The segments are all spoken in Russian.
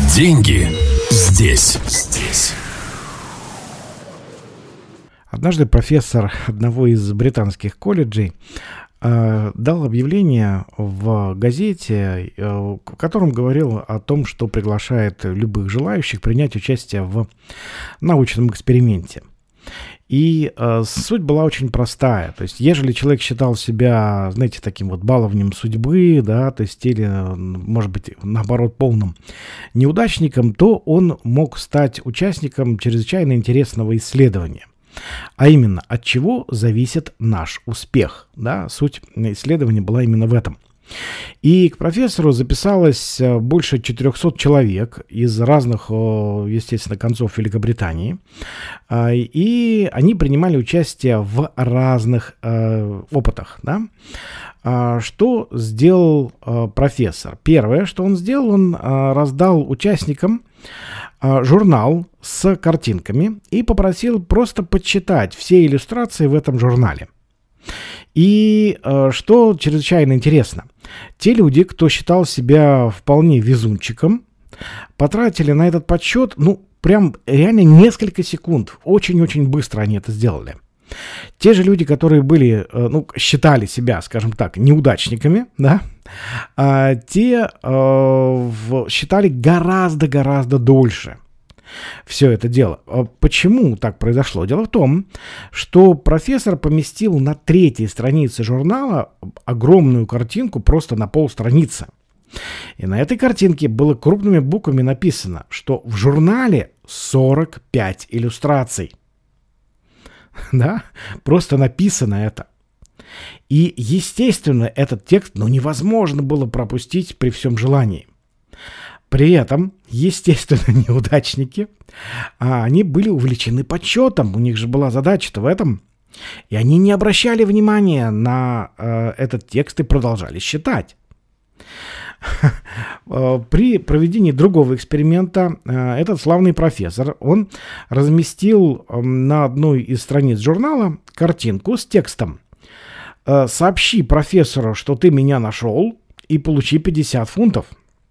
Деньги здесь. Однажды профессор одного из британских колледжей дал объявление в газете, в котором говорил о том, что приглашает любых желающих принять участие в научном эксперименте. И суть была очень простая. То есть, ежели человек считал себя, знаете, таким вот баловнем судьбы, да, то есть, или, может быть, наоборот, полным неудачником, то он мог стать участником чрезвычайно интересного исследования. А именно, от чего зависит наш успех. Да? Суть исследования была именно в этом. И к профессору записалось больше 400 человек из разных, естественно, концов Великобритании. И они принимали участие в разных опытах. Да? Что сделал профессор? Первое, что он сделал, он раздал участникам журнал с картинками и попросил просто почитать все иллюстрации в этом журнале. И что чрезвычайно интересно, те люди, кто считал себя вполне везунчиком, потратили на этот подсчет, прям реально несколько секунд. Очень-очень быстро они это сделали. Те же люди, которые были, считали себя, скажем так, неудачниками, да, те считали гораздо дольше все это дело. Почему так произошло? Дело в том, что профессор поместил на 3-й странице журнала огромную картинку просто на полстраницы. И на этой картинке было крупными буквами написано, что в журнале 45 иллюстраций. Да, просто написано это. И, естественно, этот текст, невозможно было пропустить при всем желании. При этом, естественно, неудачники, они были увлечены подсчетом, у них же была задача-то в этом, и они не обращали внимания на этот текст и продолжали считать. При проведении другого эксперимента этот славный профессор, он разместил на одной из страниц журнала картинку с текстом: «Сообщи профессору, что ты меня нашел, и получи 50 фунтов».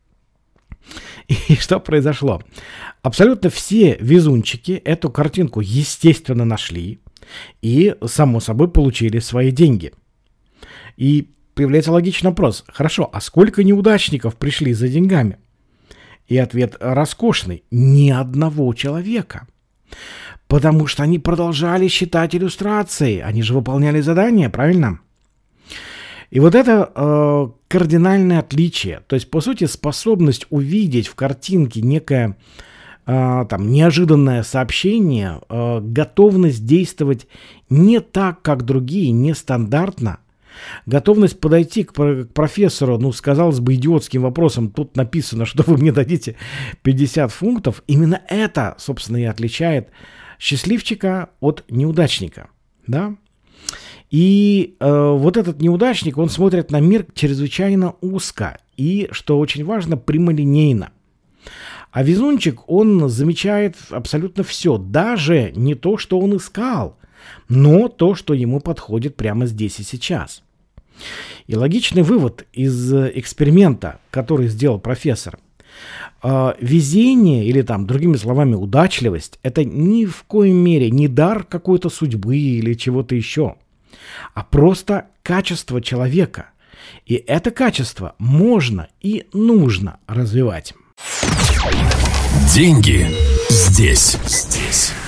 И что произошло? Абсолютно все везунчики эту картинку, естественно, нашли и, само собой, получили свои деньги. И появляется логичный вопрос. Хорошо, а сколько неудачников пришли за деньгами? И ответ роскошный. Ни одного человека. Потому что они продолжали считать иллюстрации. Они же выполняли задания, правильно? И вот это кардинальное отличие. То есть, по сути, способность увидеть в картинке некое неожиданное сообщение, готовность действовать не так, как другие, нестандартно, готовность подойти к профессору, казалось бы, идиотским вопросом: тут написано, что вы мне дадите 50 фунтов. Именно это, собственно, и отличает счастливчика от неудачника. Да? И вот этот неудачник, он смотрит на мир чрезвычайно узко и, что очень важно, прямолинейно. А везунчик, он замечает абсолютно все, даже не то, что он искал, но то, что ему подходит прямо здесь и сейчас. И логичный вывод из эксперимента, который сделал профессор: везение, или другими словами, удачливость, это ни в коем мере не дар какой-то судьбы или чего-то еще, а просто качество человека. И это качество можно и нужно развивать. Деньги здесь.